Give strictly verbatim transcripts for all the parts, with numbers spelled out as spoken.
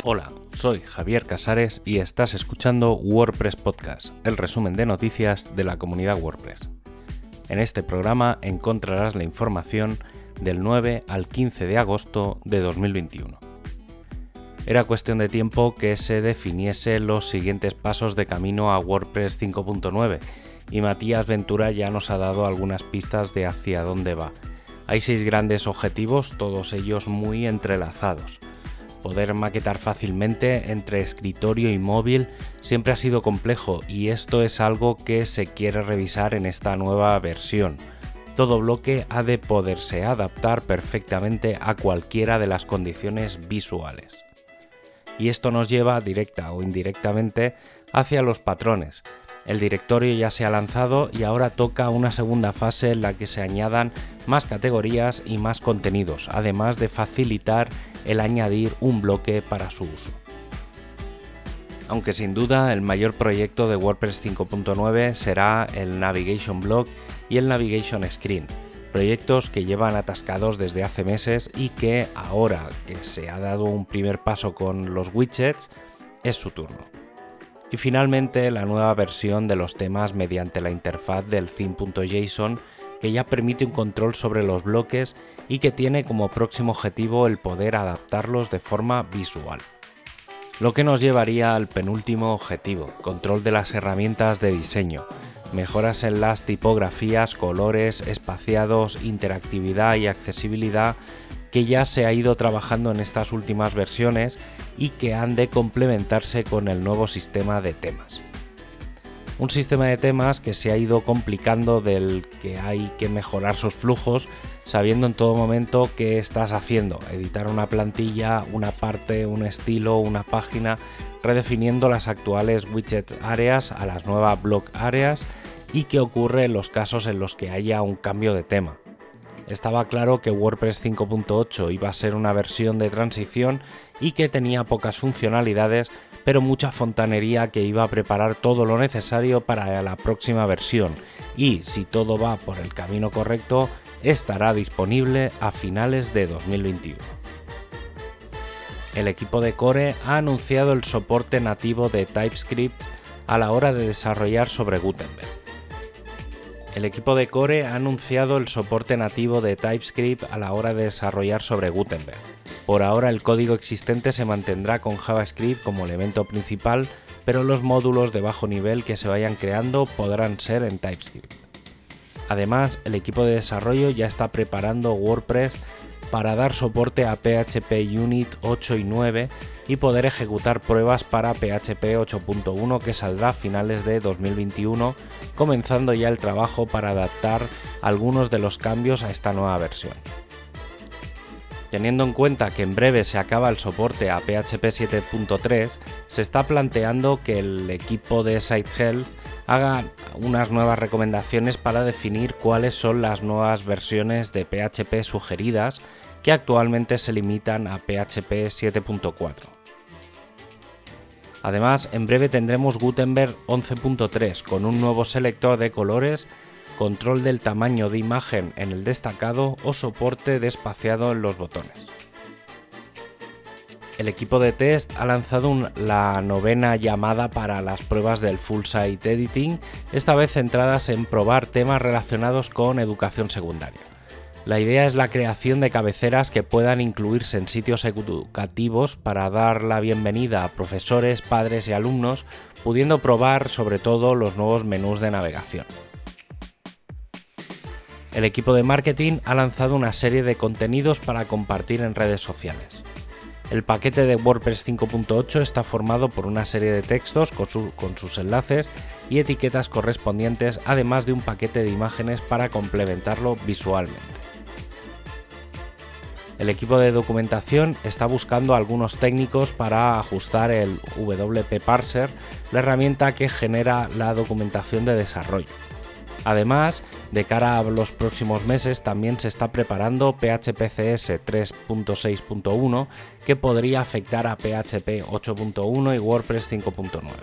Hola, soy Javier Casares y estás escuchando WordPress Podcast, el resumen de noticias de la comunidad WordPress. En este programa encontrarás la información del nueve al quince de agosto de dos mil veintiuno. Era cuestión de tiempo que se definiese los siguientes pasos de camino a WordPress cinco punto nueve y Matías Ventura ya nos ha dado algunas pistas de hacia dónde va. Hay seis grandes objetivos, todos ellos muy entrelazados. Poder maquetar fácilmente entre escritorio y móvil siempre ha sido complejo y esto es algo que se quiere revisar en esta nueva versión. Todo bloque ha de poderse adaptar perfectamente a cualquiera de las condiciones visuales. Y esto nos lleva directa o indirectamente hacia los patrones. El directorio ya se ha lanzado y ahora toca una segunda fase en la que se añadan más categorías y más contenidos, además de facilitar el añadir un bloque para su uso. Aunque sin duda el mayor proyecto de WordPress cinco punto nueve será el Navigation Block y el Navigation Screen, proyectos que llevan atascados desde hace meses y que ahora que se ha dado un primer paso con los widgets, es su turno. Y finalmente la nueva versión de los temas mediante la interfaz del theme.json que ya permite un control sobre los bloques y que tiene como próximo objetivo el poder adaptarlos de forma visual. Lo que nos llevaría al penúltimo objetivo, control de las herramientas de diseño, mejoras en las tipografías, colores, espaciados, interactividad y accesibilidad que ya se ha ido trabajando en estas últimas versiones y que han de complementarse con el nuevo sistema de temas. Un sistema de temas que se ha ido complicando, del que hay que mejorar sus flujos, sabiendo en todo momento qué estás haciendo, editar una plantilla, una parte, un estilo, una página, redefiniendo las actuales widget áreas a las nuevas block áreas y qué ocurre en los casos en los que haya un cambio de tema. Estaba claro que WordPress cinco punto ocho iba a ser una versión de transición y que tenía pocas funcionalidades, pero mucha fontanería que iba a preparar todo lo necesario para la próxima versión y, si todo va por el camino correcto, estará disponible a finales de dos mil veintiuno. El equipo de Core ha anunciado el soporte nativo de TypeScript a la hora de desarrollar sobre Gutenberg. El equipo de Core ha anunciado el soporte nativo de TypeScript a la hora de desarrollar sobre Gutenberg. Por ahora el código existente se mantendrá con JavaScript como elemento principal, pero los módulos de bajo nivel que se vayan creando podrán ser en TypeScript. Además, el equipo de desarrollo ya está preparando WordPress para dar soporte a P H P Unit ocho y nueve y poder ejecutar pruebas para P H P ocho punto uno que saldrá a finales de dos mil veintiuno, comenzando ya el trabajo para adaptar algunos de los cambios a esta nueva versión. Teniendo en cuenta que en breve se acaba el soporte a P H P siete punto tres, se está planteando que el equipo de SiteHealth haga unas nuevas recomendaciones para definir cuáles son las nuevas versiones de P H P sugeridas, que actualmente se limitan a P H P siete punto cuatro. Además, en breve tendremos Gutenberg once punto tres con un nuevo selector de colores, control del tamaño de imagen en el destacado o soporte de espaciado en los botones. El equipo de test ha lanzado un, la novena llamada para las pruebas del Full Site Editing, esta vez centradas en probar temas relacionados con educación secundaria. La idea es la creación de cabeceras que puedan incluirse en sitios educativos para dar la bienvenida a profesores, padres y alumnos, pudiendo probar sobre todo los nuevos menús de navegación. El equipo de marketing ha lanzado una serie de contenidos para compartir en redes sociales. El paquete de WordPress cinco punto ocho está formado por una serie de textos con, su, con sus enlaces y etiquetas correspondientes, además de un paquete de imágenes para complementarlo visualmente. El equipo de documentación está buscando algunos técnicos para ajustar el W P Parser, la herramienta que genera la documentación de desarrollo. Además, de cara a los próximos meses también se está preparando P H P C S tres punto seis punto uno que podría afectar a P H P ocho punto uno y WordPress cinco punto nueve.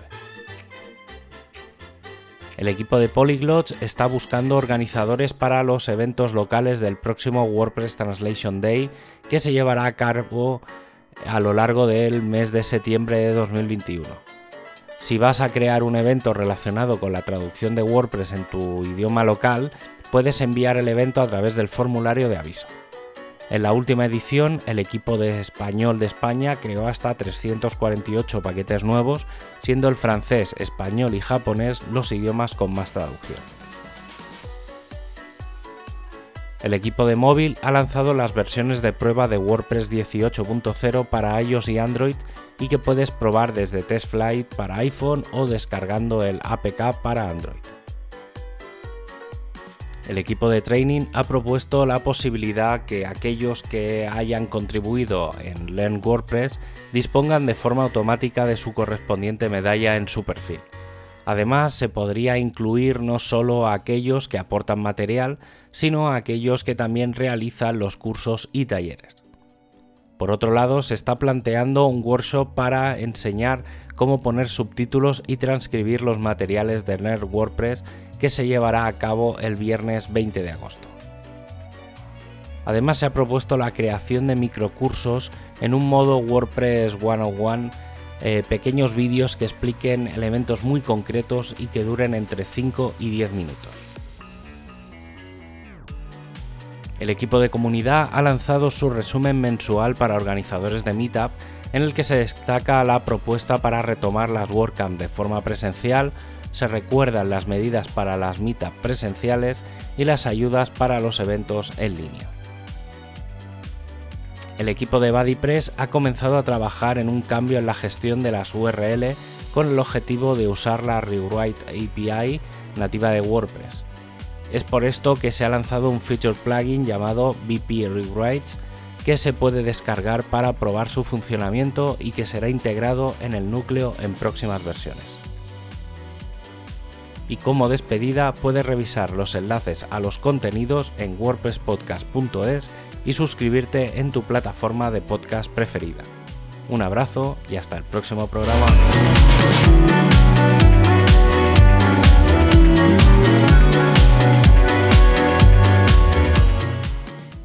El equipo de Polyglots está buscando organizadores para los eventos locales del próximo WordPress Translation Day, que se llevará a cabo a lo largo del mes de septiembre de dos mil veintiuno. Si vas a crear un evento relacionado con la traducción de WordPress en tu idioma local, puedes enviar el evento a través del formulario de aviso. En la última edición, el equipo de español de España creó hasta trescientos cuarenta y ocho paquetes nuevos, siendo el francés, español y japonés los idiomas con más traducción. El equipo de móvil ha lanzado las versiones de prueba de WordPress dieciocho punto cero para iOS y Android y que puedes probar desde TestFlight para iPhone o descargando el A P K para Android. El equipo de training ha propuesto la posibilidad que aquellos que hayan contribuido en Learn WordPress dispongan de forma automática de su correspondiente medalla en su perfil. Además, se podría incluir no solo a aquellos que aportan material, sino a aquellos que también realizan los cursos y talleres. Por otro lado, se está planteando un workshop para enseñar cómo poner subtítulos y transcribir los materiales de Learn WordPress que se llevará a cabo el viernes veinte de agosto. Además, se ha propuesto la creación de microcursos en un modo WordPress ciento uno, eh, pequeños vídeos que expliquen elementos muy concretos y que duren entre cinco y diez minutos. El equipo de comunidad ha lanzado su resumen mensual para organizadores de Meetup, en el que se destaca la propuesta para retomar las WordCamp de forma presencial, se recuerdan las medidas para las Meetup presenciales y las ayudas para los eventos en línea. El equipo de BuddyPress ha comenzado a trabajar en un cambio en la gestión de las U R L con el objetivo de usar la Rewrite A P I nativa de WordPress. Es por esto que se ha lanzado un feature plugin llamado V P Rewrites que se puede descargar para probar su funcionamiento y que será integrado en el núcleo en próximas versiones. Y como despedida, puedes revisar los enlaces a los contenidos en wordpress podcast punto es y suscribirte en tu plataforma de podcast preferida. Un abrazo y hasta el próximo programa.